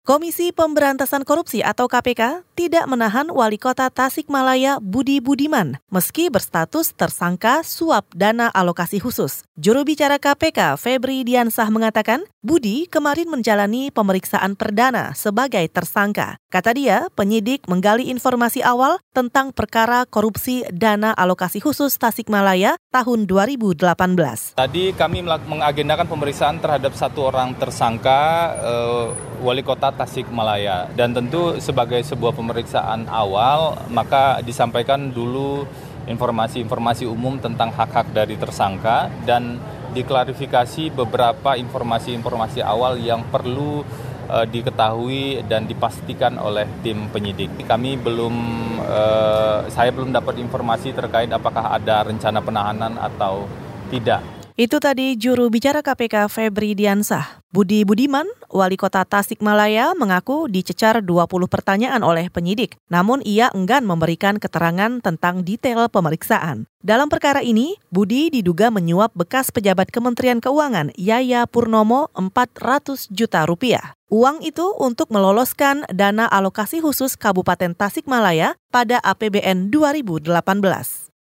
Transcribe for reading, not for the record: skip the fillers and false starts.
Komisi Pemberantasan Korupsi atau KPK tidak menahan Wali Kota Tasikmalaya Budi Budiman meski berstatus tersangka suap dana alokasi khusus. Juru bicara KPK Febri Diansah mengatakan Budi kemarin menjalani pemeriksaan perdana sebagai tersangka. Kata dia, penyidik menggali informasi awal tentang perkara korupsi dana alokasi khusus Tasikmalaya tahun 2018. Tadi kami mengagendakan pemeriksaan terhadap satu orang tersangka Wali Kota Tasikmalaya, dan tentu sebagai sebuah pemeriksaan awal maka disampaikan dulu informasi-informasi umum tentang hak-hak dari tersangka dan diklarifikasi beberapa informasi-informasi awal yang perlu diketahui dan dipastikan oleh tim penyidik. Saya belum dapat informasi terkait apakah ada rencana penahanan atau tidak. Itu tadi juru bicara KPK Febri Diansah. Budi Budiman, Wali Kota Tasikmalaya, mengaku dicecar 20 pertanyaan oleh penyidik. Namun ia enggan memberikan keterangan tentang detail pemeriksaan. Dalam perkara ini, Budi diduga menyuap bekas pejabat Kementerian Keuangan Yaya Purnomo 400 juta rupiah. Uang itu untuk meloloskan dana alokasi khusus Kabupaten Tasikmalaya pada APBN 2018.